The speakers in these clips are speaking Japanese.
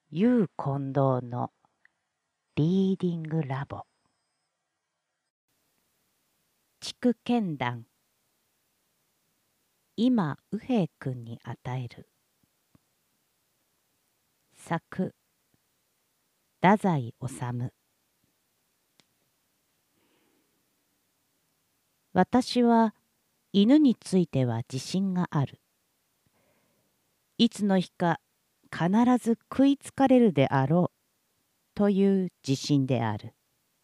ユー近藤のリーディングラボ。筑剣談。今右平君に与える。作太宰治。私は犬については自信がある。いつの日か必ず食いつかれるであろうという自信である。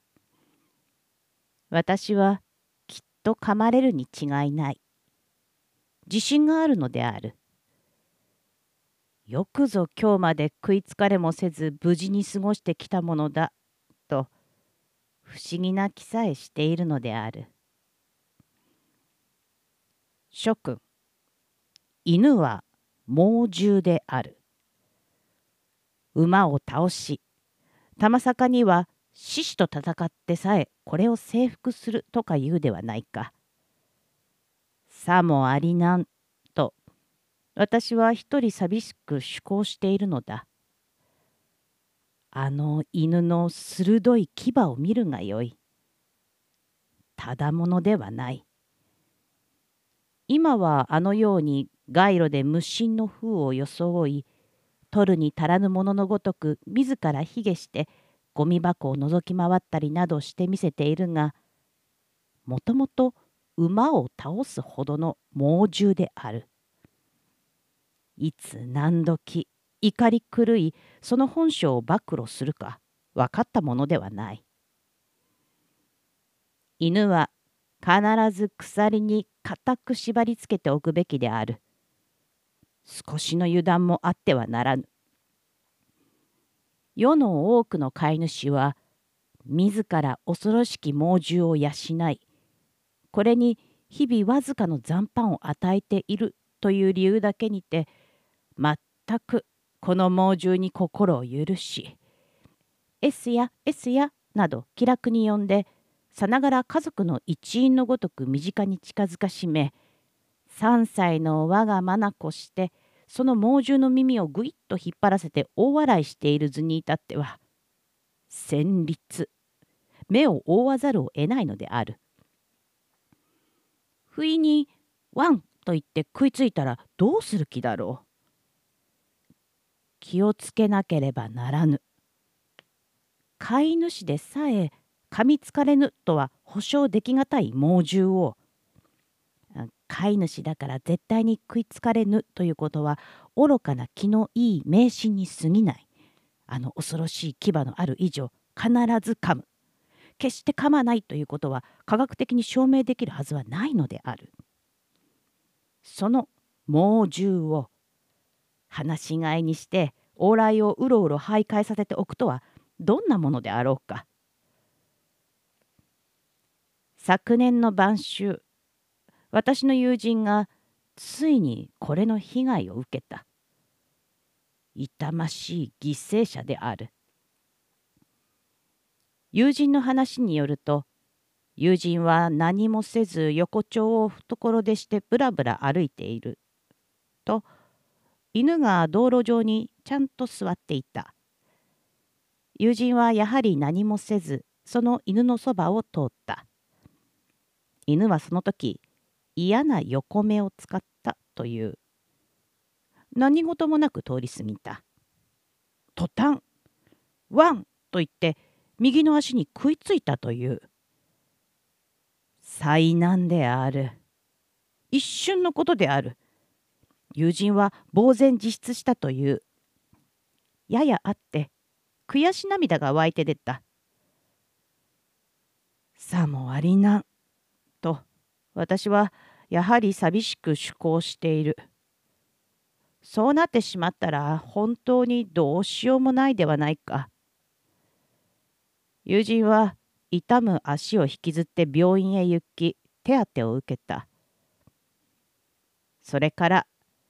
私はきっと噛まれるに違いない。自信があるのである。よくぞ今日まで食いつかれもせず無事に過ごしてきたものだと不思議な気さえしているのである。諸君、犬は猛獣である。馬を倒し、たまさかには獅子と戦ってさえこれを征服するとか言うではないか。さもありなんと私は一人寂しく趣向しているのだ。あの犬の鋭い牙を見るがよい。ただものではない。今はあのように街路で無心の風を装い、取るに足らぬもののごとく自ら卑下してゴミ箱を覗き回ったりなどしてみせているが、もともと馬を倒すほどの猛獣である。いつ何時怒り狂いその本性を暴露するか分かったものではない。犬は必ず鎖に固く縛りつけておくべきである。少しの油断もあってはならぬ。世の多くの飼い主は自ら恐ろしき猛獣を養い、これに日々わずかの残飯を与えているという理由だけにて、全くこの猛獣に心を許し、エスやエスやなど気楽に呼んで、さながら家族の一員のごとく身近に近づかしめ、3歳の我が眼して、その猛獣の耳をぐいっと引っ張らせて大笑いしている図に至っては、戦慄、目を覆わざるを得ないのである。不意にワンと言って食いついたらどうする気だろう。気をつけなければならぬ。飼い主でさえ噛みつかれぬとは保証できがたい猛獣を、飼い主だから絶対に食いつかれぬということは愚かな気のいい迷信に過ぎない。あの恐ろしい牙のある以上必ず噛む。決して噛まないということは科学的に証明できるはずはないのである。その猛獣を放し飼いにして往来をうろうろ徘徊させておくとはどんなものであろうか。昨年の晩秋、私の友人がついにこれの被害を受けた。痛ましい犠牲者である。友人の話によると、友人は何もせず横丁を懐でしてぶらぶら歩いていると、犬が道路上にちゃんと座っていた。友人はやはり何もせずその犬のそばを通った。犬はその時嫌な横目を使ったという。何事もなく通り過ぎた。途端ワンと言って右の足に食いついたという。災難である。一瞬のことである。友人は呆然自失したという。ややあって悔し涙が湧いて出た。さもありなんと私はやはり寂しく趣向している。そうなってしまったら本当にどうしようもないではないか。友人は痛む足を引きずって病院へ行き手当てを受けた。それから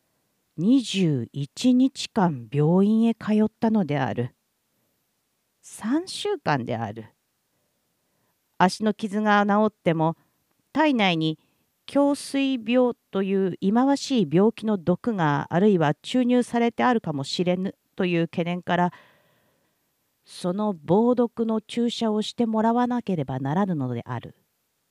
21日間病院へ通ったのである。3週間である。足の傷が治っても体内に胸水病という忌まわしい病気の毒があるいは注入されてあるかもしれぬという懸念から、その猛毒の注射をしてもらわなければならぬのである。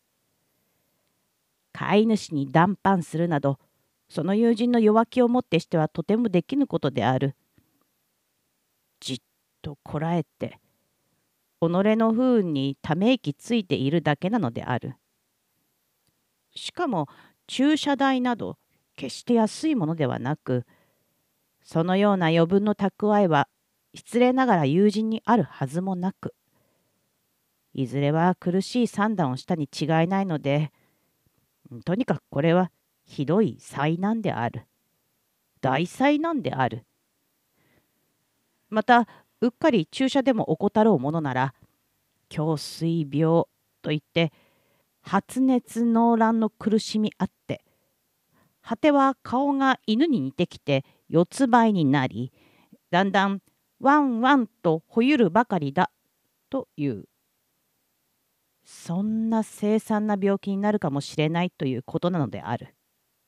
飼い主に談判するなど、その友人の弱気をもってしてはとてもできぬことである。じっとこらえて、己の不運にため息ついているだけなのである。しかも注射代など決して安いものではなく、そのような余分の蓄えは失礼ながら友人にあるはずもなく、いずれは苦しい算段をしたに違いないので、とにかくこれはひどい災難である。大災難である。また、うっかり注射でも怠ろうものなら、胸水病といって発熱脳乱の苦しみあって、果ては顔が犬に似てきて四つ倍になり、だんだんワンワンとほゆるばかりだという、そんな凄惨な病気になるかもしれないということなのである。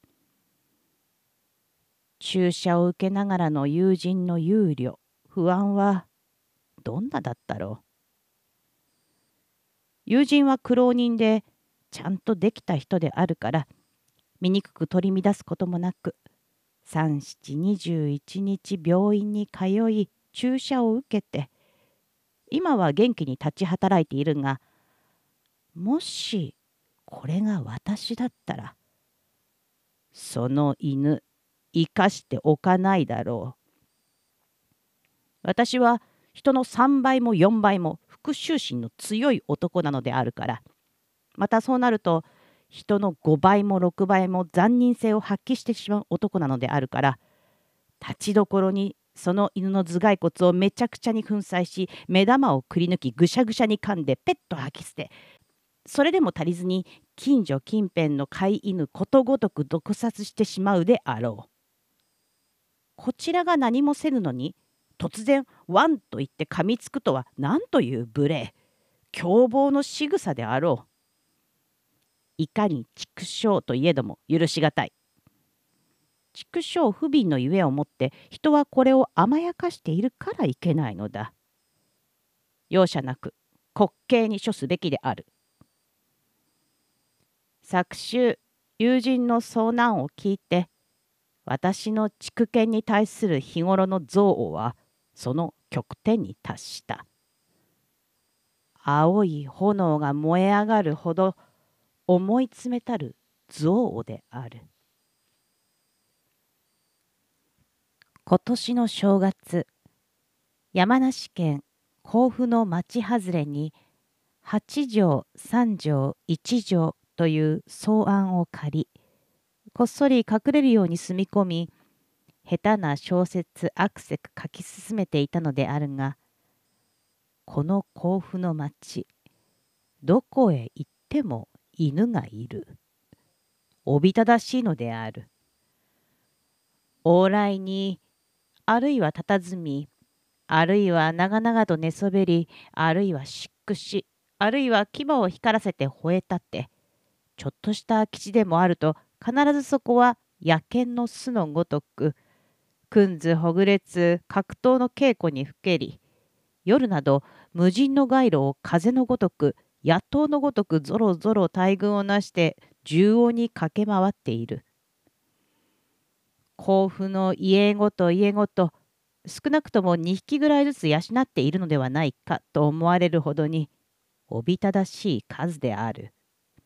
注射を受けながらの友人の憂慮、不安はどんなだったろう。友人は苦労人でちゃんとできた人であるから、醜く取り乱すこともなく、3、7、21日病院に通い注射を受けて、今は元気に立ち働いているが、もしこれが私だったら、その犬生かしておかないだろう。私は人の3倍も4倍も復讐心の強い男なのであるから、またそうなると人の5倍も6倍も残忍性を発揮してしまう男なのであるから、立ちどころにその犬の頭蓋骨をめちゃくちゃに粉砕し、目玉をくり抜きぐしゃぐしゃに噛んでペッと吐き捨て、それでも足りずに近所近辺の飼い犬ことごとく毒殺してしまうであろう。こちらが何もせぬのに突然ワンと言って噛みつくとは何という無礼、凶暴の仕草であろう。いかに畜生といえども許しがたい。畜生不憫のゆえをもって人はこれを甘やかしているからいけないのだ。容赦なく滑稽に処すべきである。昨週友人の遭難を聞いて、私の畜犬に対する日頃の憎悪はその極点に達した。青い炎が燃え上がるほど思い詰めたる憎悪である。今年の正月、山梨県甲府の町外れに8畳3畳1畳という草案を借り、こっそり隠れるように住み込み、下手な小説アクセク書き進めていたのであるが、この甲府の町、どこへ行っても犬がいる。おびただしいのである。往来に、あるいは佇み、あるいは長々と寝そべり、あるいはしっくし、あるいは牙を光らせて吠えたって、ちょっとした空き地でもあると、必ずそこは野犬の巣のごとく、くんずほぐれつ格闘の稽古にふけり、夜など無人の街路を風のごとく、野党のごとくぞろぞろ大軍をなして縦横に駆け回っている。甲府の家ごと家ごと、少なくとも2匹ぐらいずつ養っているのではないかと思われるほどに、おびただしい数である。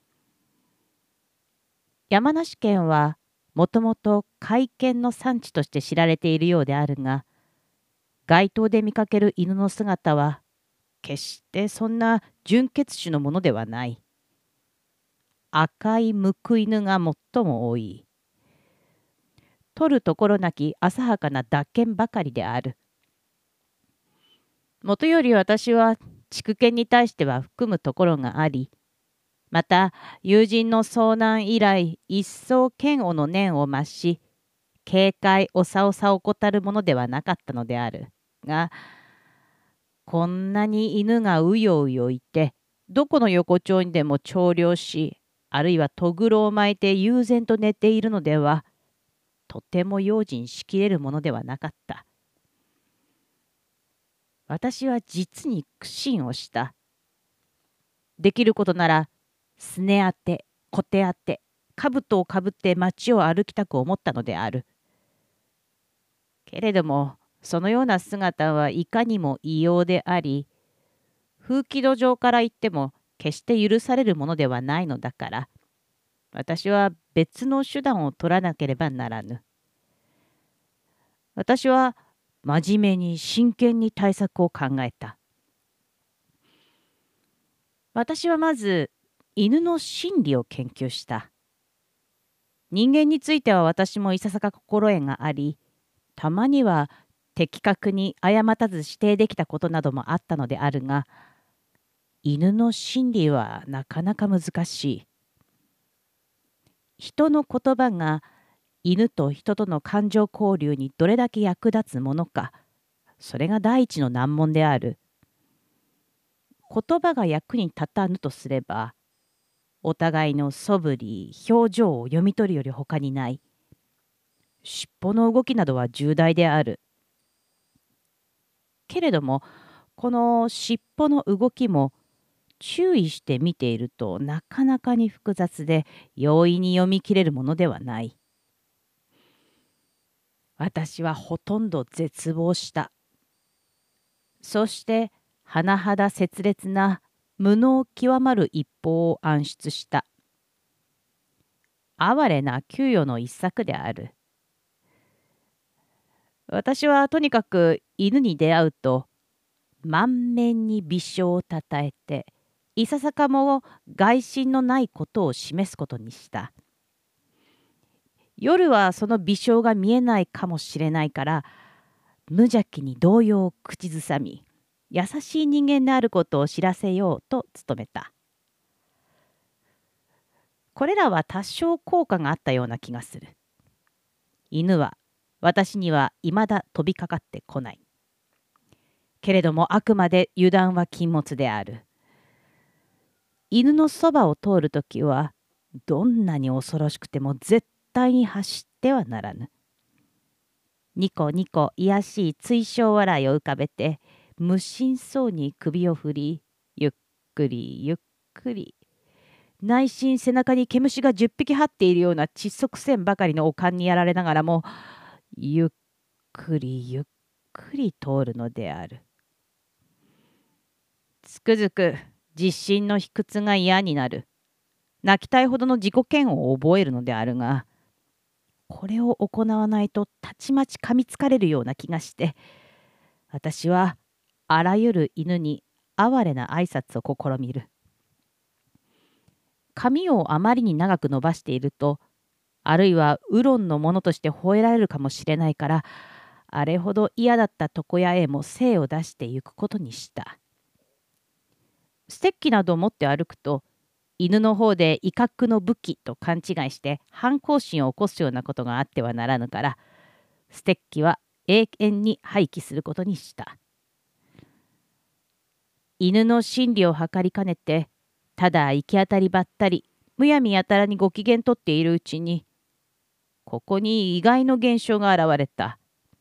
山梨県はもともと甲斐犬の産地として知られているようであるが、街頭で見かける犬の姿は決してそんな純血種のものではない。赤いむく犬が最も多い。取るところなき浅はかな脱犬ばかりである。もとより私は畜犬に対しては含むところがあり、また友人の遭難以来一層嫌悪の念を増し、警戒おさおさ怠るものではなかったのであるが、こんなに犬がうようよいて、どこの横丁にでも長領し、あるいはとぐろを巻いて悠然と寝ているのでは、とても用心しきれるものではなかった。 私は実に苦心をした。できることなら、すね当て、こて当て、兜をかぶって街を歩きたく思ったのである。けれども、そのような姿はいかにも異様であり、風紀土上から言っても決して許されるものではないのだから、私は別の手段を取らなければならぬ。私は真面目に真剣に対策を考えた。私はまず犬の心理を研究した。人間については私もいささか心得があり、たまには的確に誤たず指定できたことなどもあったのであるが、犬の心理はなかなか難しい。人の言葉が犬と人との感情交流にどれだけ役立つものか、それが第一の難問である。言葉が役に立たぬとすれば、お互いの素振り、表情を読み取るより他にない。尻尾の動きなどは重大である。けれども、この尻尾の動きも注意して見ているとなかなかに複雑で容易に読み切れるものではない。私はほとんど絶望した。そして甚だ切烈な無能極まる一報を暗出した。哀れな給与の一作である。私はとにかく犬に出会うと満面に微笑をたたえていささかも外心のないことを示すことにした。夜はその微笑が見えないかもしれないから無邪気に動揺を口ずさみ優しい人間であることを知らせようと努めた。これらは多少効果があったような気がする。犬は私にはいまだ飛びかかってこない。けれどもあくまで油断は禁物である。犬のそばを通るときはどんなに恐ろしくても絶対に走ってはならぬ。ニコニコいやしい追笑笑いを浮かべて無心そうに首を振り、ゆっくりゆっくり内心背中に毛虫が10匹張っているような窒息線ばかりの悪感にやられながらもゆっくりゆっくり通るのである。つくづく自信の卑屈が嫌になる。泣きたいほどの自己嫌悪を覚えるのであるが、これを行わないとたちまち噛みつかれるような気がして、私はあらゆる犬に哀れな挨拶を試みる。髪をあまりに長く伸ばしていると、あるいはウロンのものとして吠えられるかもしれないから、あれほど嫌だった床屋へも精を出してゆくことにした。ステッキなどを持って歩くと、犬の方で威嚇の武器と勘違いして反抗心を起こすようなことがあってはならぬから、ステッキは永遠に廃棄することにした。犬の心理を測りかねて、ただ行き当たりばったり、むやみやたらにご機嫌とっているうちに、ここに意外の現象が現れた。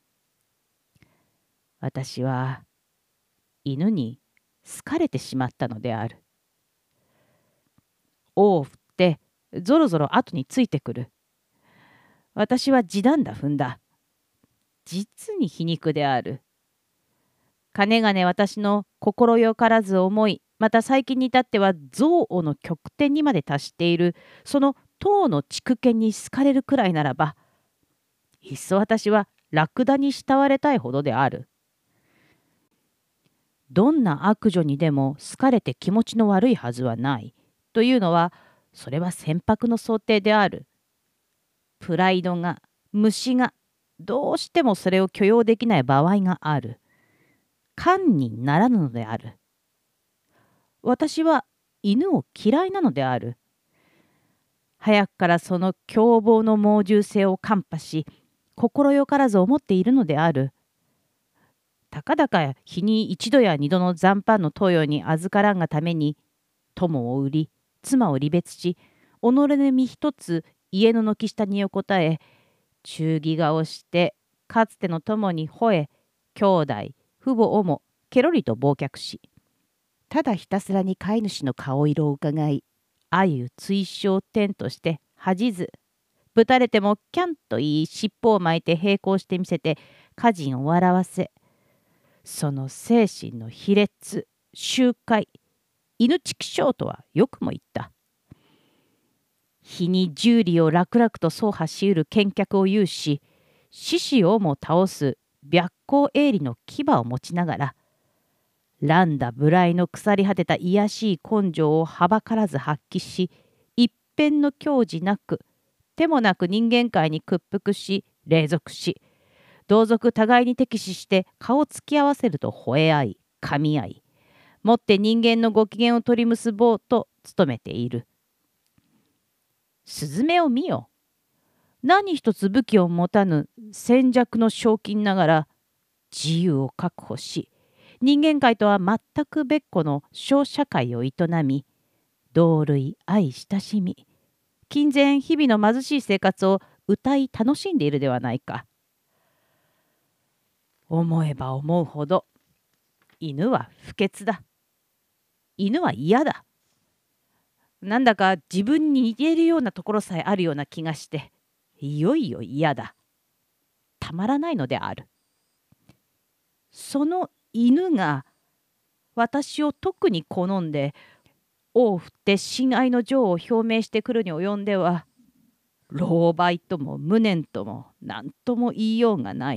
私は犬に好かれてしまったのである。尾を振ってぞろぞろ後についてくる。私は地団打踏んだ。実に皮肉である。かねがね私の心よからず思い、また最近に至っては憎悪の極点にまで達しているその唐の畜犬に好かれるくらいならば、いっそ私はラクダに慕われたいほどである。どんな悪女にでも好かれて気持ちの悪いはずはない。というのは、それは船舶の想定である。プライドが、虫が、どうしてもそれを許容できない場合がある。官にならぬのである。私は犬を嫌いなのである。早くからその凶暴の猛獣性を看破し、心よからず思っているのである。たかだか日に一度や二度の残飯の投与に預からんがために、友を売り、妻を離別し、己の身一つ家の軒下に横たえ、忠義顔して、かつての友に吠え、兄弟、父母をもケロリと忘却し、ただひたすらに飼い主の顔色をうかがい、鮎追照天として恥じず、ぶたれてもキャンと言い尻尾を巻いて並行してみせて家人を笑わせ、その精神の卑劣、醜怪、犬畜生とはよくも言った。日に十里を楽々と走破しうる剣客を有し、獅子をも倒す白虎鋭利の牙を持ちながら、乱打無頼の腐り果てた卑しい根性をはばからず発揮し、一片の矜持なく、手もなく人間界に屈服し、隷属し、同族互いに敵視して顔つき合わせると吠え合い、噛み合い、もって人間のご機嫌を取り結ぼうと努めている。スズメを見よ。何一つ武器を持たぬ戦弱の賞金ながら自由を確保し、人間界とは全く別個の小社会を営み、同類愛親しみ、金銭日々の貧しい生活を歌い楽しんでいるではないか。思えば思うほど犬は不潔だ。犬は嫌だ。なんだか自分に似ているようなところさえあるような気がして、いよいよ嫌だ。たまらないのである。その犬が私を特に好んで、尾を振って親愛の情を表明してくるに及んでは、狼狽とも無念とも何とも言いようがない。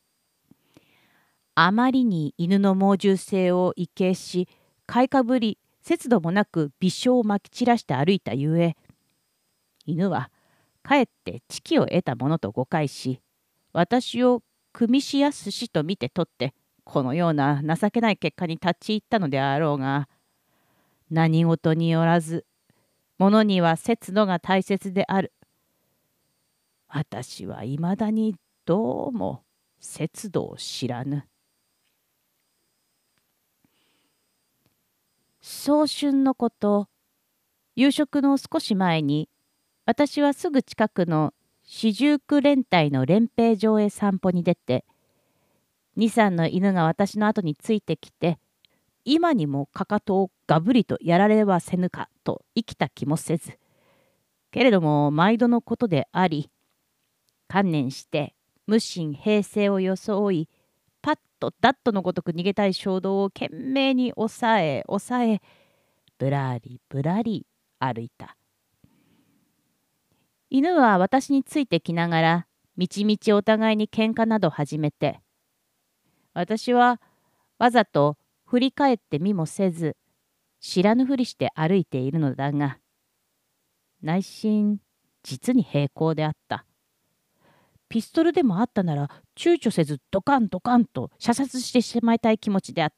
あまりに犬の猛獣性を畏敬し、買いかぶり、節度もなく微笑をまき散らして歩いたゆえ、犬はかえって知気を得たものと誤解し、私を組みしやすしと見て取って、このような情けない結果に立ち入ったのであろうが、何事によらず、物には節度が大切である。私はいまだにどうも節度を知らぬ。早春のこと、夕食の少し前に、私はすぐ近くの四十九連隊の練兵場へ散歩に出て、2、3の犬が私の後についてきて、今にもかかとをがぶりとやられはせぬかと生きた気もせず、けれども毎度のことであり、観念して無心平静を装い、パッとダッとのごとく逃げたい衝動を懸命に抑え、ぶらりぶらり歩いた。犬は私についてきながら、みちみちお互いに喧嘩など始めて、私はわざと振り返って見もせず、知らぬふりして歩いているのだが、内心実に平行であった。ピストルでもあったなら躊躇せずドカンドカンと射殺してしまいたい気持ちであった。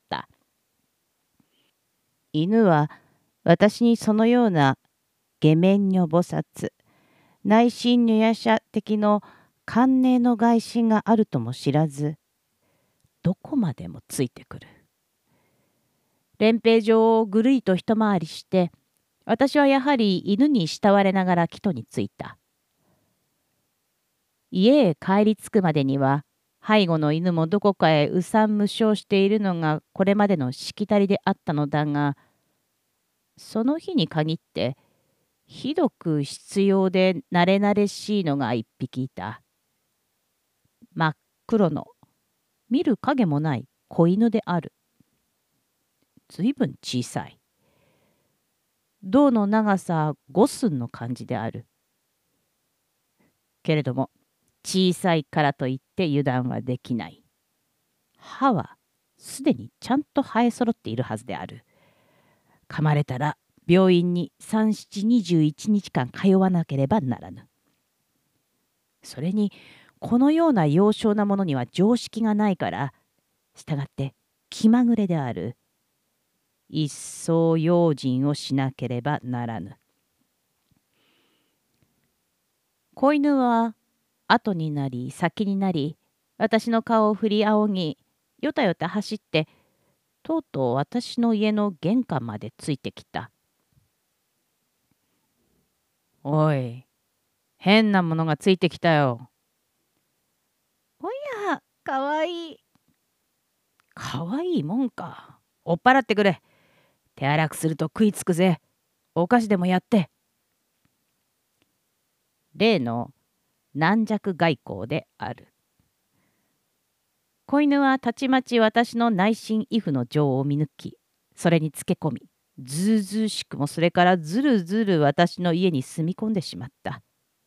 犬は私にそのような下面女菩薩、内心女夜叉的の観念の外心があるとも知らず、どこまでもついてくる。練兵場をぐるりと一回りして、私はやはり犬に慕われながら帰途に着いた。家へ帰り着くまでには、背後の犬もどこかへうさん無償しているのがこれまでのしきたりであったのだが、その日に限って、ひどく必要で慣れ慣れしいのが一匹いた。真っ黒の、見る影もない子犬である。ずいぶん小さい。胴の長さ5寸の感じである。けれども、小さいからといって油断はできない。歯はすでにちゃんと生え揃っているはずである。噛まれたら病院に3、7、21日間通わなければならぬ。それに、このような幼少なものには常識がないから、したがって気まぐれである。一層用心をしなければならぬ。子犬は後になり先になり、私の顔を振り仰ぎ、よたよた走って、とうとう私の家の玄関までついてきた。おい、変なものがついてきたよ。おや、かわいい。 かわいいもんか。追っ払ってくれ。手荒くすると食いつくぜ。お菓子でもやって。例の軟弱外交である。子犬はたちまち私の内心畏怖の情を見抜き、それにつけ込み、ずうずうしくもそれからずるずる私の家に住み込んでしまった。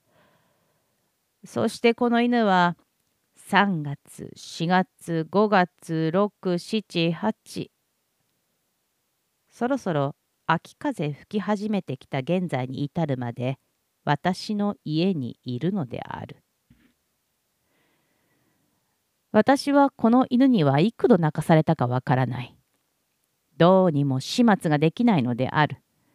そしてこの犬は3月、4月、5月、6、7、8、そろそろ秋風吹き始めてきた現在に至るまで私の家にいるのである。私はこの犬には幾度泣かされたかわからない。どうにも始末ができないのである。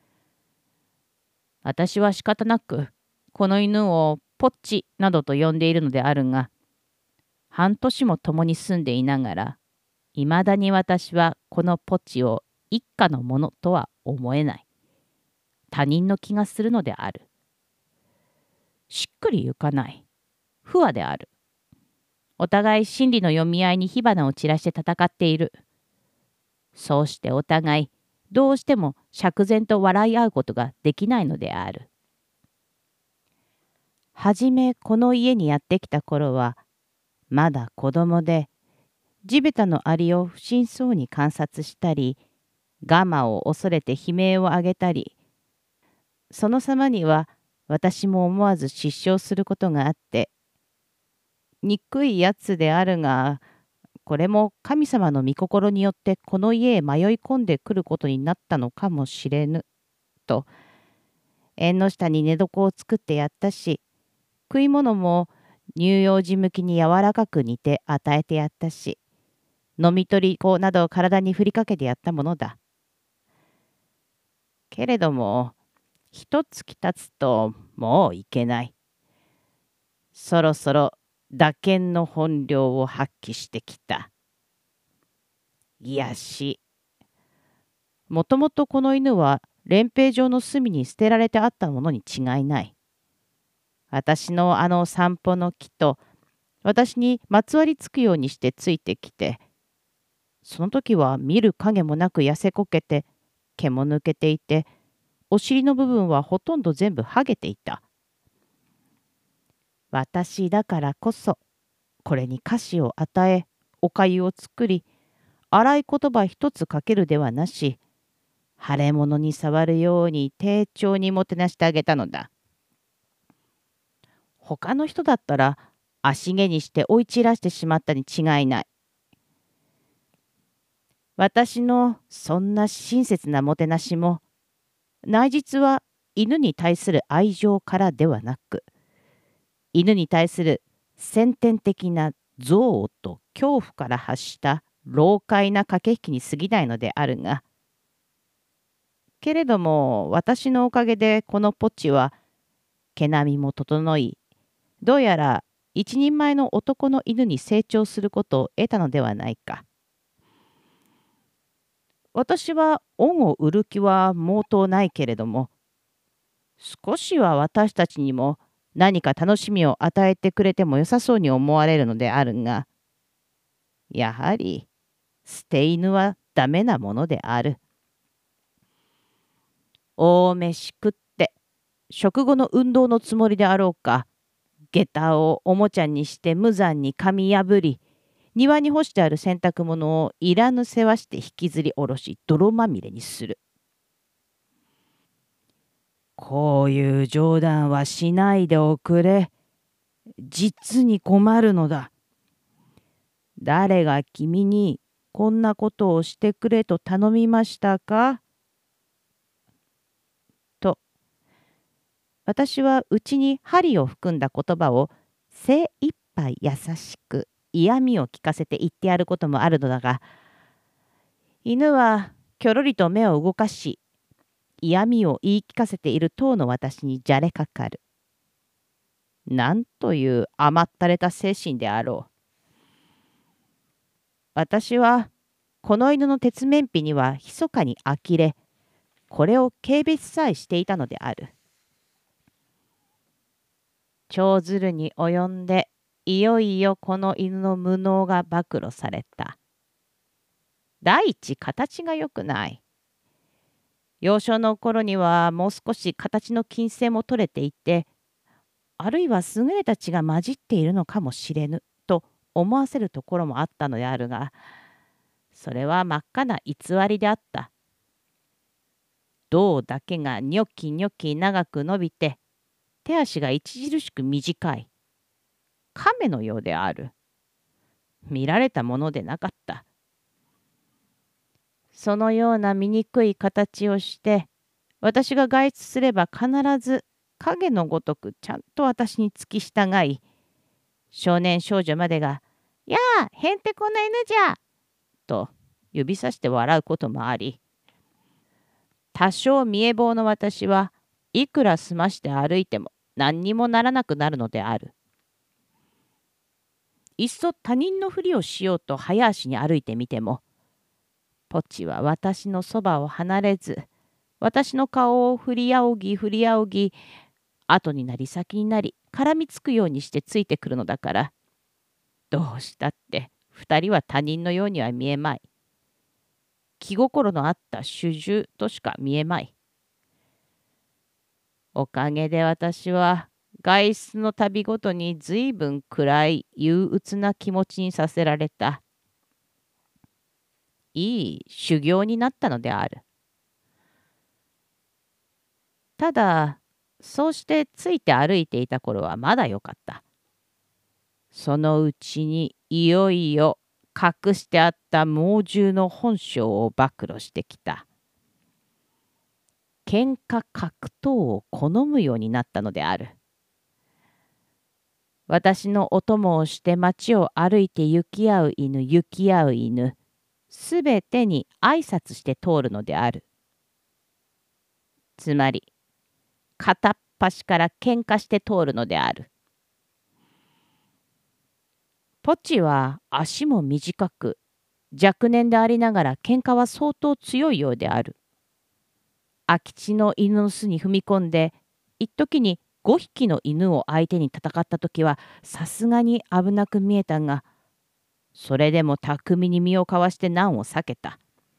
私は仕方なくこの犬をポッチなどと呼んでいるのであるが、半年も共に住んでいながら、いまだに私はこのポッチを一家のものとは思えない。他人の気がするのである。しっくりゆかない。不和である。お互い真理の読み合いに火花を散らして戦っている。そうしてお互いどうしても釈然と笑い合うことができないのである。はじめこの家にやってきた頃はまだ子供で地べたのアリを不審そうに観察したり、ガマを恐れて悲鳴を上げたり、その様には私も思わず失笑することがあって、憎いやつであるが、これも神様の御心によってこの家へ迷い込んでくることになったのかもしれぬ、と、縁の下に寝床を作ってやったし、食い物も乳幼児向きに柔らかく煮て与えてやったし、飲み取り粉などを体に振りかけてやったものだ。けれども、一月経つともういけない。そろそろ打剣の本領を発揮してきた。いやし。もともとこの犬は連兵場の隅に捨てられてあったものに違いない。私のあの散歩の木と私にまつわりつくようにしてついてきて、その時は見る影もなく痩せこけて、毛も抜けていて、お尻の部分はほとんど全部剥げていた。私だからこそ、これに菓子を与え、お粥を作り、荒い言葉一つかけるではなし、腫れ物に触るように丁重にもてなしてあげたのだ。他の人だったら足毛にして追い散らしてしまったに違いない。私のそんな親切なもてなしも、内実は犬に対する愛情からではなく、犬に対する先天的な憎悪と恐怖から発した老快な駆け引きに過ぎないのであるが、けれども私のおかげでこのポッチは毛並みも整い、どうやら一人前の男の犬に成長することを得たのではないか。私は恩を売る気は毛頭ないけれども、少しは私たちにも何か楽しみを与えてくれても良さそうに思われるのであるが、やはり捨て犬はダメなものである。大飯食って食後の運動のつもりであろうか、下駄をおもちゃにして無残に噛み破り、庭に干してある洗濯物をいらぬ世話して引きずり下ろし泥まみれにする。こういう冗談はしないでおくれ。実に困るのだ。誰が君にこんなことをしてくれと頼みましたか？と、私はうちに針を含んだ言葉を精一杯優しく嫌味を聞かせて言ってやることもあるのだが、犬はきょろりと目を動かし、嫌味を言い聞かせている当の私にじゃれかかる。なんという甘ったれた精神であろう。私はこの犬の鉄面皮には密かに呆れ、これを軽蔑さえしていたのである。長ずるに及んで、いよいよこの犬の無能が暴露された。 第一、形が良くない。幼少の頃にはもう少し形の均整も取れていて、あるいは優れた血が混じっているのかもしれぬと思わせるところもあったのであるが、それは真っ赤な偽りであった。胴だけがニョキニョキ長く伸びて、手足が著しく短い。亀のようである。見られたものでなかった。そのような醜い形をして、私が外出すれば必ず影のごとくちゃんと私に付き従い、少年少女までが、やあ、へんてこな犬じゃと指さして笑うこともあり、多少見え棒の私はいくら済まして歩いても何にもならなくなるのである。いっそ他人のふりをしようと早足に歩いてみても、ポチは私のそばを離れず、私の顔を振り仰ぎ、後になり先になり、絡みつくようにしてついてくるのだから、どうしたって二人は他人のようには見えまい。気心のあった主従としか見えまい。おかげで私は外出の旅ごとにずいぶん暗い憂鬱な気持ちにさせられた。いい修行になったのである。ただ、そうしてついて歩いていた頃はまだよかった。そのうちにいよいよ隠してあった猛獣の本性を暴露してきた。喧嘩格闘を好むようになったのである。私のお供をして町を歩いて行き合う犬、すべてに挨拶して通るのである。つまり、片っ端から喧嘩して通るのである。ポチは足も短く、若年でありながら喧嘩は相当強いようである。空き地の犬の巣に踏み込んで、一時に5匹の犬を相手に戦った時はさすがに危なく見えたが、それでも巧みに身をかわして難を避けた。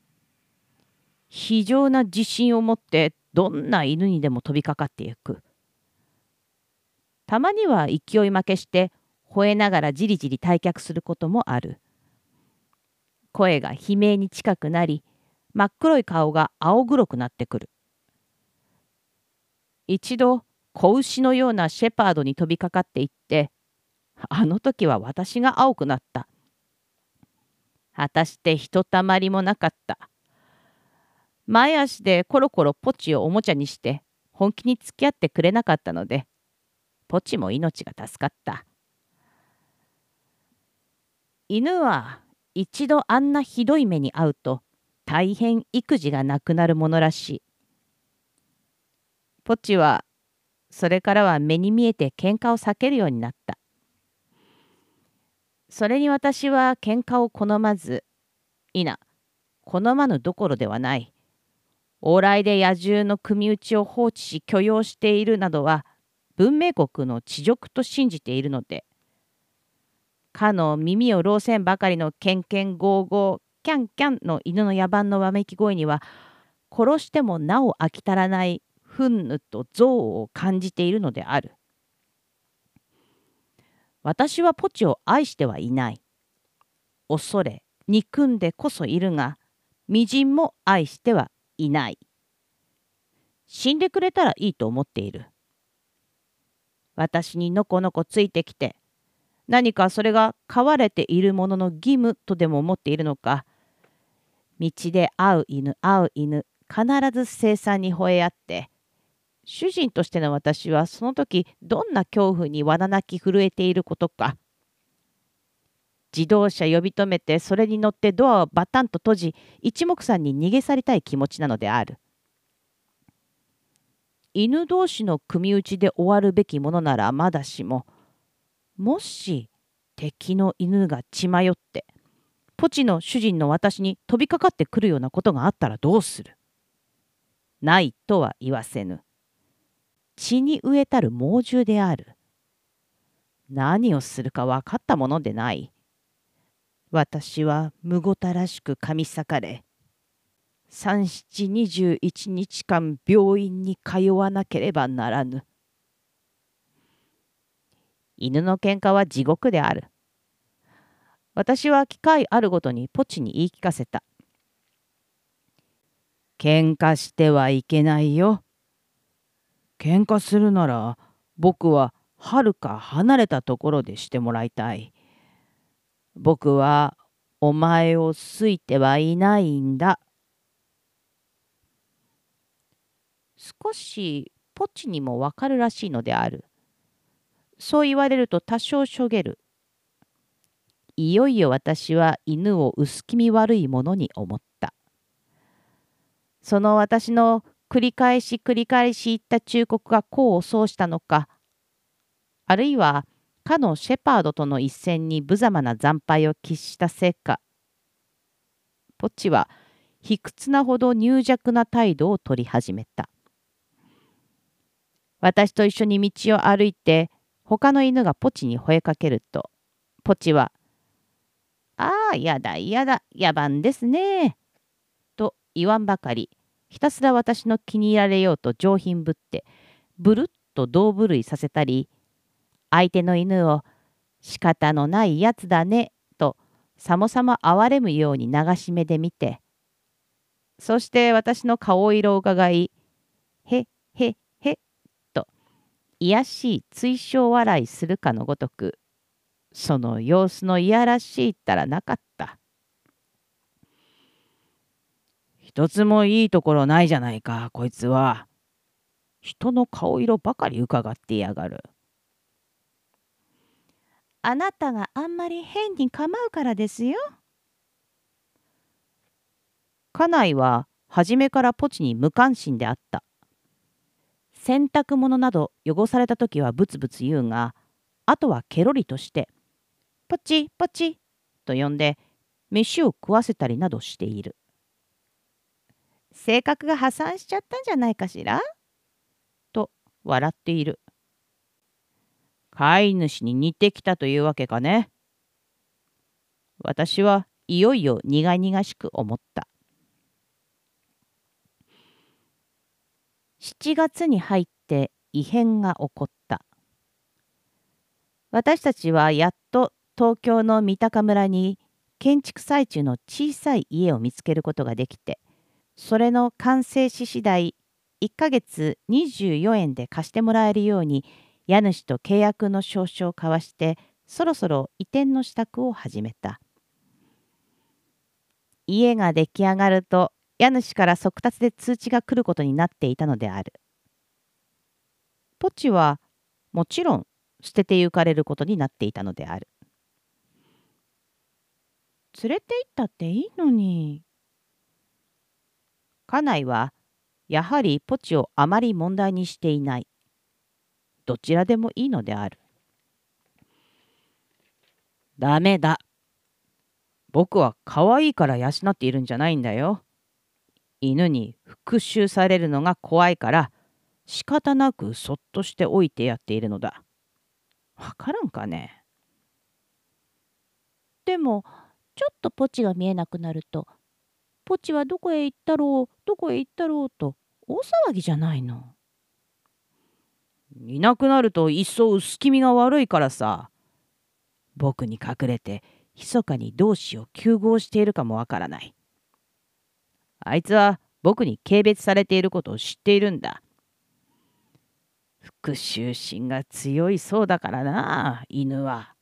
非常な自信を持ってどんな犬にでも飛びかかっていく。たまには勢い負けして吠えながらじりじり退却することもある。声が悲鳴に近くなり、真っ黒い顔が青黒くなってくる。一度子牛のようなシェパードに飛びかかっていって、あの時は私が青くなった。果たしてひとたまりもなかった。前足でコロコロポチをおもちゃにして本気に付き合ってくれなかったので、ポチも命が助かった。犬は一度あんなひどい目に遭うと大変育児がなくなるものらしい。ポチはそれからは目に見えて喧嘩を避けるようになった。それに私は喧嘩を好まず、好まぬどころではない。往来で野獣の組打ちを放置し許容しているなどは文明国の恥辱と信じているので、かの耳を老せんばかりのケンケンゴーゴーキャンキャンの犬の野蛮のわめき声には、殺してもなお飽き足らない憤怒と憎悪を感じているのである。私はポチを愛してはいない。恐れ、憎んでこそいるが、みじんも愛してはいない。死んでくれたらいいと思っている。私にのこのこついてきて、何かそれが飼われているものの義務とでも思っているのか、道で会う犬、必ず凄惨に吠え合って、主人としての私はその時どんな恐怖にわな泣き震えていることか。自動車呼び止めてそれに乗ってドアをバタンと閉じ、一目散に逃げ去りたい気持ちなのである。犬同士の組打ちで終わるべきものならまだしも、もし敵の犬が血迷ってポチの主人の私に飛びかかってくるようなことがあったらどうする。ないとは言わせぬ。血に飢えたる猛獣である。何をするか分かったものでない。 私はむごたらしく噛み裂かれ、3、7、21日間病院に通わなければならぬ。犬の喧嘩は地獄である。私は機会あるごとにポチに言い聞かせた。喧嘩してはいけないよ。喧嘩するなら僕ははるか離れたところでしてもらいたい。僕はお前を好いてはいないんだ。少しポチにもわかるらしいのである。そう言われると多少しょげる。いよいよ私は犬を薄気味悪いものに思った。その私の繰り返し言った忠告が功を奏したのか、あるいはかのシェパードとの一戦に無様な惨敗を喫したせいか、ポチは卑屈なほど入弱な態度を取り始めた。私と一緒に道を歩いて他の犬がポチに吠えかけると、ポチは「ああ、やだやだ、野蛮ですね」と言わんばかり、ひたすら私の気に入られようと上品ぶって、ブルッと胴震いさせたり、相手の犬を仕方のないやつだねとさもさも哀れむように流し目で見て、そして私の顔色を伺い、へへへと卑しい追笑笑いするかのごとく、その様子のいやらしいったらなかった。一つもいいところないじゃないか、こいつは。人の顔色ばかり伺ってやがる。あなたがあんまり変に構うからですよ。家内は初めからポチに無関心であった。洗濯物など汚された時はブツブツ言うが、あとはケロリとしてポチポチと呼んで飯を食わせたりなどしている。性格が破産しちゃったんじゃないかしらと笑っている。飼い主に似てきたというわけかね。私はいよいよ苦々しく思った。7月に入って異変が起こった。私たちはやっと東京の三鷹村に建築最中の小さい家を見つけることができて、それの完成し次第1ヶ月24円で貸してもらえるように家主と契約の証書を交わして、そろそろ移転の支度を始めた。家が出来上がると家主から速達で通知が来ることになっていたのである。ポチはもちろん捨てて行かれることになっていたのである。連れて行ったっていいのに。家内はやはりポチをあまり問題にしていない。どちらでもいいのである。ダメだ。僕は可愛いから養っているんじゃないんだよ。犬に復讐されるのが怖いから仕方なくそっとしておいてやっているのだ。わからんかね。でもちょっとポチが見えなくなると、ポチはどこへ行ったろうどこへ行ったろうと大騒ぎじゃないの。いなくなると一層薄気味が悪いからさ。僕に隠れて密かに同志を糾合しているかもわからない。あいつは僕に軽蔑されていることを知っているんだ。復讐心が強いそうだからな、犬は。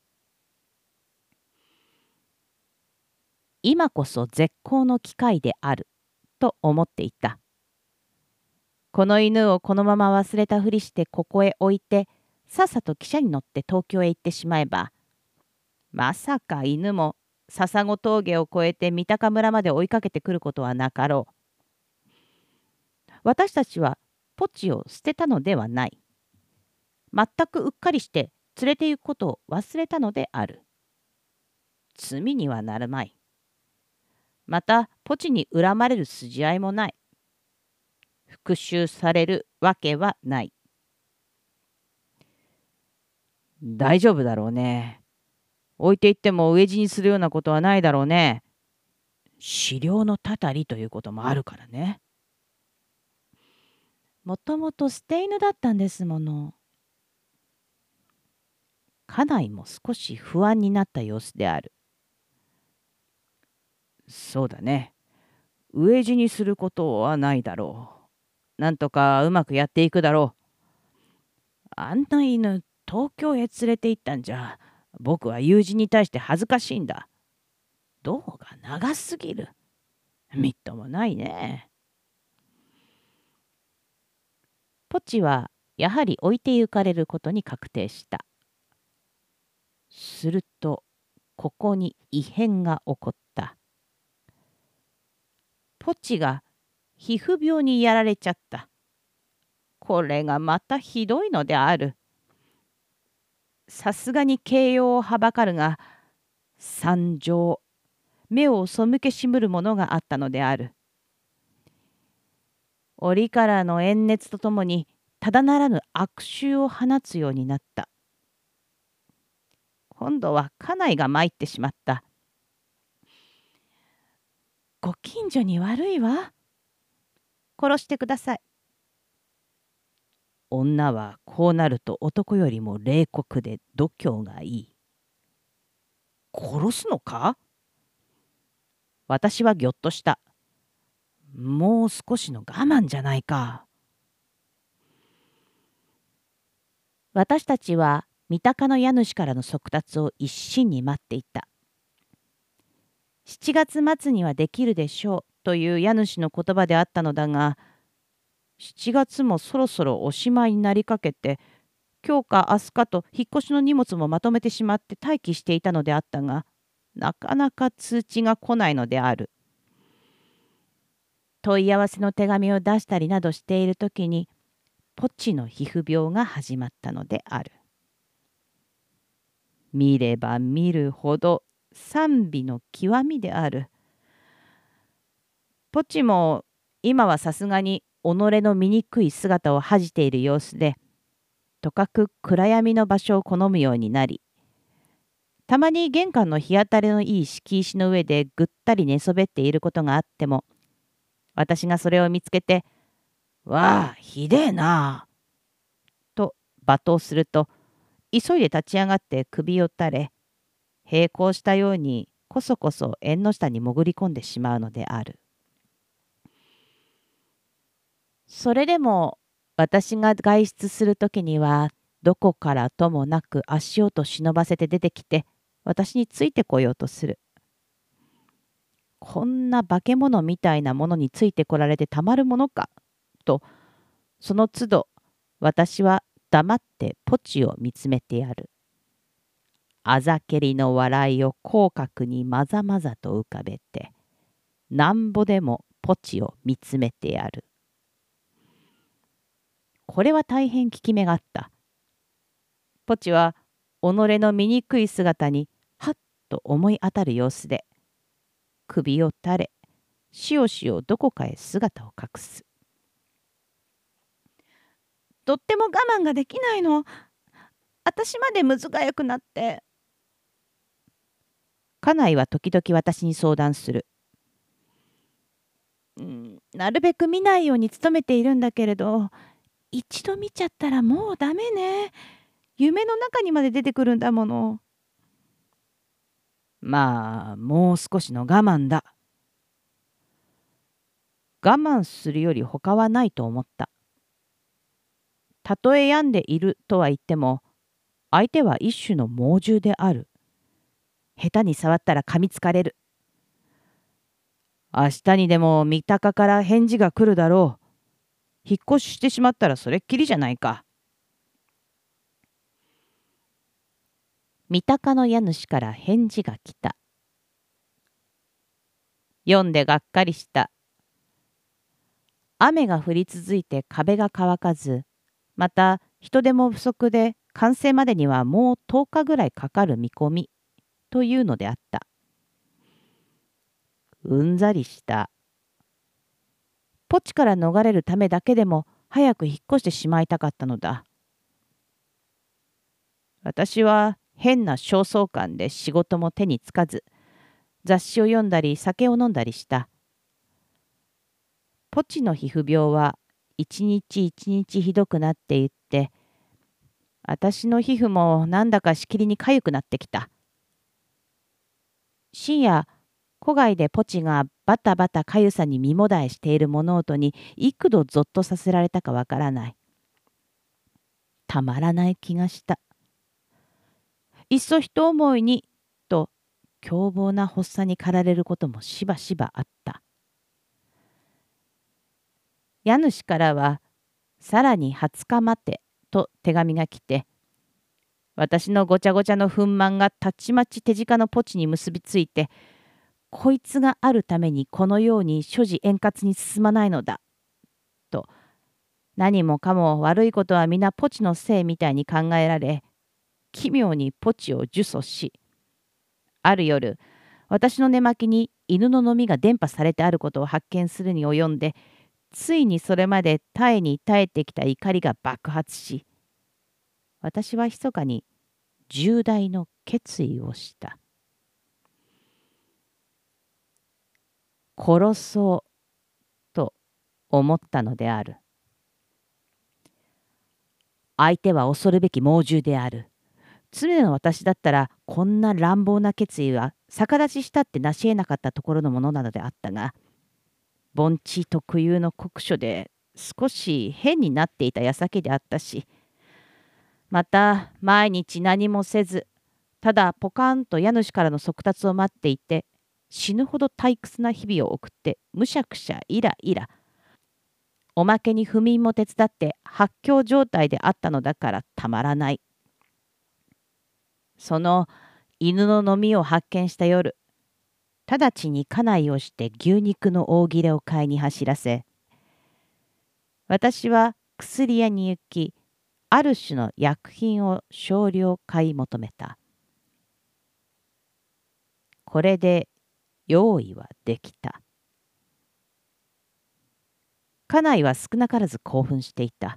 今こそ絶好の機会であると思っていた。この犬をこのまま忘れたふりしてここへ置いて、さっさと汽車に乗って東京へ行ってしまえば、まさか犬も笹子峠を越えて三鷹村まで追いかけてくることはなかろう。私たちはポチを捨てたのではない。全くうっかりして連れて行くことを忘れたのである。罪にはなるまい。またポチに恨まれる筋合いもない。復讐されるわけはない。大丈夫だろうね。 置いていっても飢え死にするようなことはないだろうね。飼料のたたりということもあるからね。もともと捨て犬だったんですもの。家内も少し不安になった様子である。そうだね。飢え死にすることはないだろう。なんとかうまくやっていくだろう。あんな犬、東京へ連れて行ったんじゃ、僕は友人に対して恥ずかしいんだ。胴が長すぎる。みっともないね。ポチはやはり置いて行かれることに確定した。すると、ここに異変が起こった。ポチが皮膚病にやられちゃった。これがまたひどいのである。さすがに形容をはばかるが、惨状、目を背けしむるものがあったのである。折からの炎熱とともに、ただならぬ悪臭を放つようになった。今度は家内が参ってしまった。ご近所に悪いわ。殺してください。女はこうなると男よりも冷酷で度胸がいい。殺すのか？私はぎょっとした。もう少しの我慢じゃないか。私たちは三鷹の家主からの速達を一心に待っていた。7月末にはできるでしょうという家主の言葉であったのだが、7月もそろそろおしまいになりかけて、今日か明日かと引っ越しの荷物もまとめてしまって待機していたのであったが、なかなか通知が来ないのである。問い合わせの手紙を出したりなどしているときに、ポチの皮膚病が始まったのである。見れば見るほど賛美の極みである。ポチも今はさすがに己の醜い姿を恥じている様子で、とかく暗闇の場所を好むようになり、たまに玄関の日当たりのいい敷石の上でぐったり寝そべっていることがあっても、私がそれを見つけて、わあ、ひでえなあ、と罵倒すると、急いで立ち上がって首を垂れ、並行したようにこそこそ縁の下に潜り込んでしまうのである。それでも私が外出するときには、どこからともなく足音忍ばせて出てきて、私についてこようとする。こんな化け物みたいなものについてこられてたまるものか、と、その都度、私は黙ってポチを見つめてやる。あざけりの笑いを口角にまざまざと浮かべて、なんぼでもポチを見つめてやる。これは大変効き目があった。ポチは己の醜い姿にはっと思い当たる様子で、首を垂れ、しおしおどこかへ姿を隠す。とっても我慢ができないの。私までむずがゆくなって。家内は時々私に相談する。なるべく見ないように努めているんだけれど、一度見ちゃったらもうダメね。夢の中にまで出てくるんだもの。まあ、もう少しの我慢だ。我慢するより他はないと思った。たとえ病んでいるとは言っても、相手は一種の猛獣である。下手に触ったら噛みつかれる。明日にでも三鷹から返事が来るだろう。引っ越ししてしまったらそれっきりじゃないか。三鷹の家主から返事が来た。読んでがっかりした。雨が降り続いて壁が乾かず、また人手も不足で完成までにはもう10日ぐらいかかる見込みというのであった。うんざりした。ポチから逃れるためだけでも早く引っ越してしまいたかったのだ。私は変な焦燥感で仕事も手につかず、雑誌を読んだり酒を飲んだりした。ポチの皮膚病は一日一日ひどくなっていって、私の皮膚もなんだかしきりにかゆくなってきた。深夜、戸外でポチがバタバタかゆさに身もだえしている物音に幾度ぞっとさせられたかわからない。たまらない気がした。いっそ一思いにと凶暴な発作に駆られることもしばしばあった。家主からはさらに20日待てと手紙が来て、私のごちゃごちゃの憤懣がたちまち手近のポチに結びついて、こいつがあるためにこのように所持円滑に進まないのだと、何もかも悪いことは皆ポチのせいみたいに考えられ、奇妙にポチを呪詛し、ある夜、私の寝巻きに犬の飲みが伝播されてあることを発見するに及んで、ついにそれまで耐えに耐えてきた怒りが爆発し、私は密かに重大の決意をした。殺そうと思ったのである。相手は恐るべき猛獣である。常の私だったらこんな乱暴な決意は逆立ちしたって成し得なかったところのものなのであったが、盆地特有の酷暑で少し変になっていた矢先であったし、また毎日何もせず、ただポカンと家主からの速達を待っていて、死ぬほど退屈な日々を送ってむしゃくしゃイライラ、おまけに不眠も手伝って発狂状態であったのだからたまらない。その犬の飲みを発見した夜、直ちに家内をして牛肉の大切れを買いに走らせ、私は薬屋に行き、ある種の薬品を少量買い求めた。これで用意はできた。家内は少なからず興奮していた。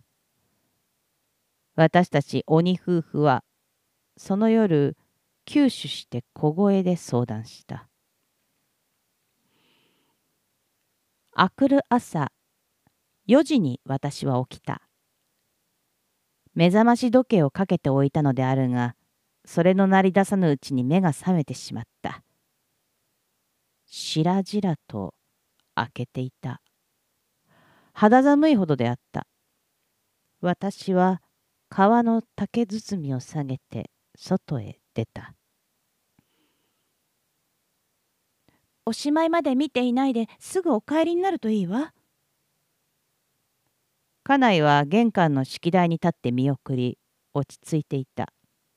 私たち鬼夫婦はその夜嗅取して小声で相談した。あくる朝4時に私は起きた。目覚まし時計をかけておいたのであるが、それの鳴り出さぬうちに目が覚めてしまった。しらじらと開けていた。肌寒いほどであった。私は革の竹包みを下げて外へ出た。おしまいまで見ていないですぐお帰りになるといいわ。家内は玄関の式台に立って見送り、落ち着いていた。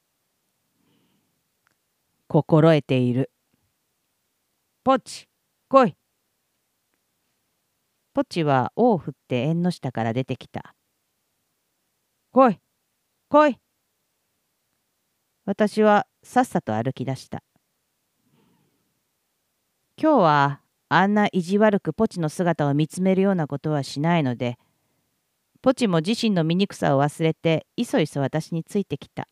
心得ている。ポチ、来い。ポチは尾を振って縁の下から出てきた。来い、来い。私はさっさと歩き出した。今日はあんな意地悪くポチの姿を見つめるようなことはしないので、ポチも自身の醜さを忘れていそいそ私についてきた。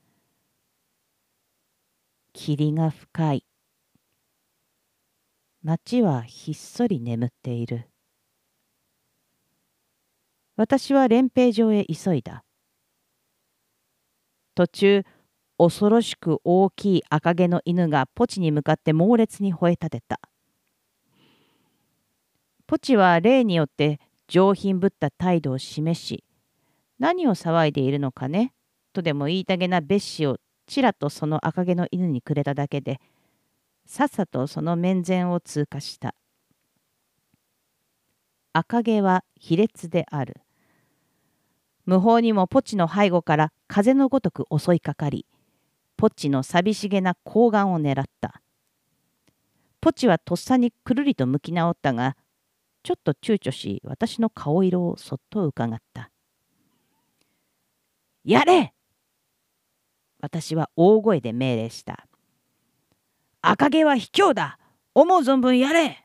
霧が深い。街はひっそり眠っている。私は練兵場へ急いだ。途中、恐ろしく大きい赤毛の犬がポチに向かって猛烈に吠えたてた。ポチは例によって上品ぶった態度を示し、何を騒いでいるのかねとでも言いたげな蔑視をちらとその赤毛の犬にくれただけで、さっさとその面前を通過した。赤毛は卑劣である。無法にもポチの背後から風のごとく襲いかかり、ポチの寂しげな睾丸を狙った。ポチはとっさにくるりと向き直ったが、ちょっと躊躇し私の顔色をそっとうかがった。やれ！私は大声で命令した。赤毛は卑怯だ！思う存分やれ！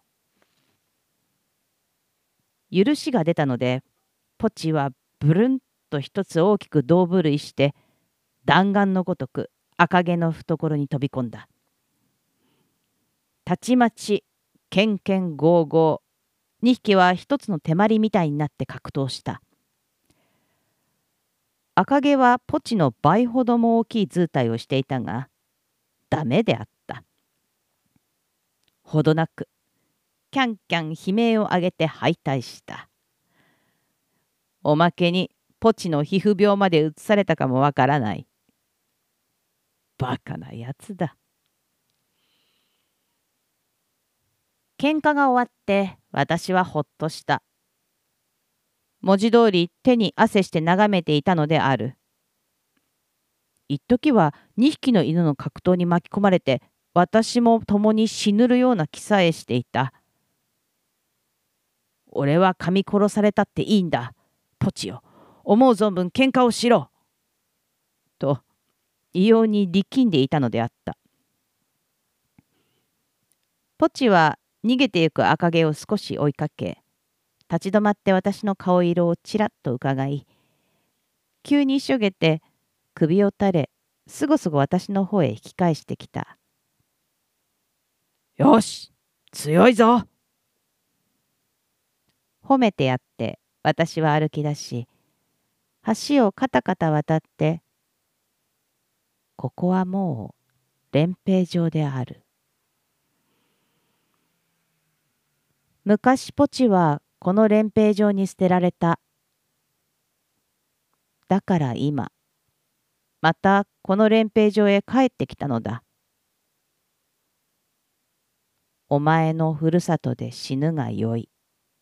許しが出たので、ポチはブルンと一つ大きく胴震いして、弾丸のごとく赤毛の懐に飛び込んだ。たちまちけんけんごうごう、2匹は一つの手まりみたいになって格闘した。赤毛はポチの倍ほども大きい図体をしていたが、ダメであった。ほどなくキャンキャン悲鳴を上げて敗退した。おまけにポチの皮膚病まで移されたかもわからない。バカなやつだ。喧嘩が終わって私はほっとした。文字通り手に汗して眺めていたのである。一時は2匹の犬の格闘に巻き込まれて、私も共に死ぬるような気さえしていた。俺は噛み殺されたっていいんだ。ポチよ、思う存分喧嘩をしろ。と異様に力んでいたのであった。ポチは逃げてゆく赤毛を少し追いかけ、立ち止まって私の顔色をちらっとうかがい、急にしょげて首を垂れ、すごすご私の方へ引き返してきた。よし、強いぞ。褒めてやって私は歩き出し、橋をカタカタ渡って、ここはもう練兵場である。昔ポチはこの練兵場に捨てられた。だから今、またこの練兵場へ帰ってきたのだ。お前のふるさとで死ぬがよい。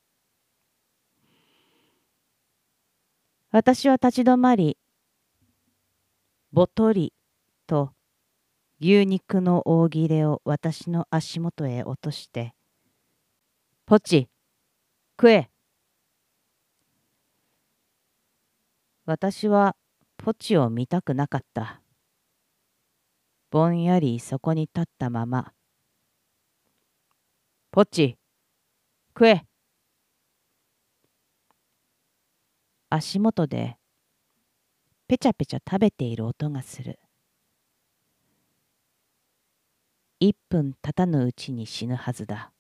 私は立ち止まり、ぼとりと牛肉の大切れを私の足元へ落として、ポチ、食え。私はポチを見たくなかった。ぼんやりそこに立ったまま、ポチ、食え。足元でペチャペチャ食べている音がする。1分経たぬうちに死ぬはずだ。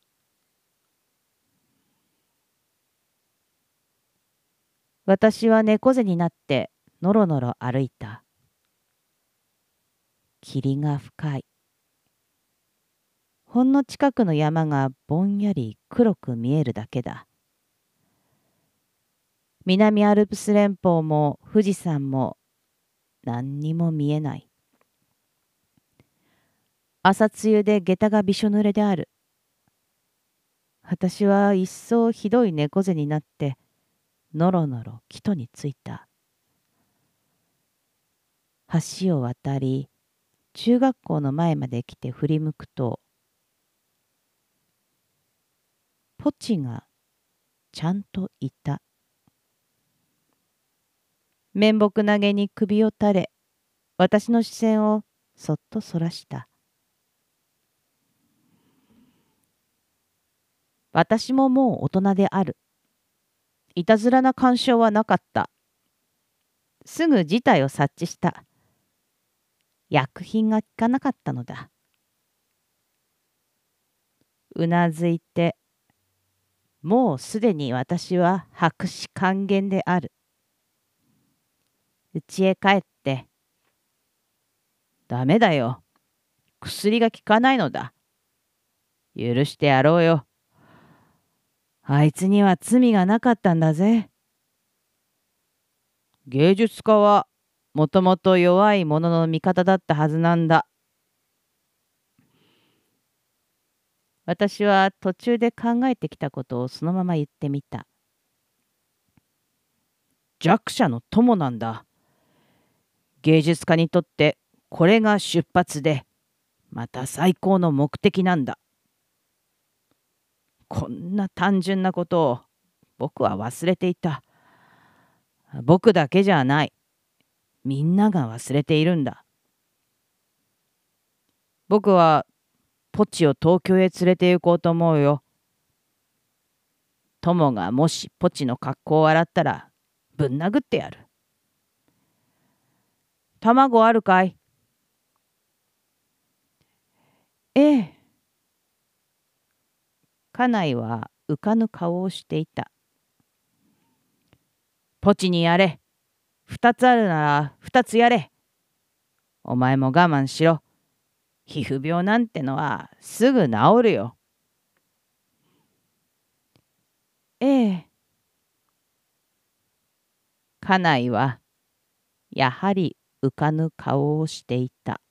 私は猫背になってのろのろ歩いた。霧が深い。ほんの近くの山がぼんやり黒く見えるだけだ。南アルプス連峰も富士山も何にも見えない。朝露で下駄がびしょ濡れである。私は一層ひどい猫背になってのろのろ木戸に着いた。橋を渡り、中学校の前まで来て振り向くと、ポチがちゃんといた。面目投げに首を垂れ、私の視線をそっとそらした。私ももう大人である。いたずらな干渉はなかった。すぐ事態を察知した。薬品が効かなかったのだ。うなずいて、もうすでに私は白紙還元である。家へ帰って、ダメだよ。薬が効かないのだ。許してやろうよ。あいつには罪がなかったんだぜ。芸術家はもともと弱い者の味方だったはずなんだ。私は途中で考えてきたことをそのまま言ってみた。弱者の友なんだ。芸術家にとってこれが出発で、また最高の目的なんだ。こんな単純なことを僕は忘れていた。僕だけじゃない。みんなが忘れているんだ。僕はポチを東京へ連れて行こうと思うよ。友がもしポチの格好を洗ったらぶん殴ってやる。卵あるかい？ ええ。家内は浮かぬ顔をしていた。ポチにやれ。二つあるなら二つやれ。お前も我慢しろ。皮膚病なんてのはすぐ治るよ。ええ。家内はやはり浮かぬ顔をしていた。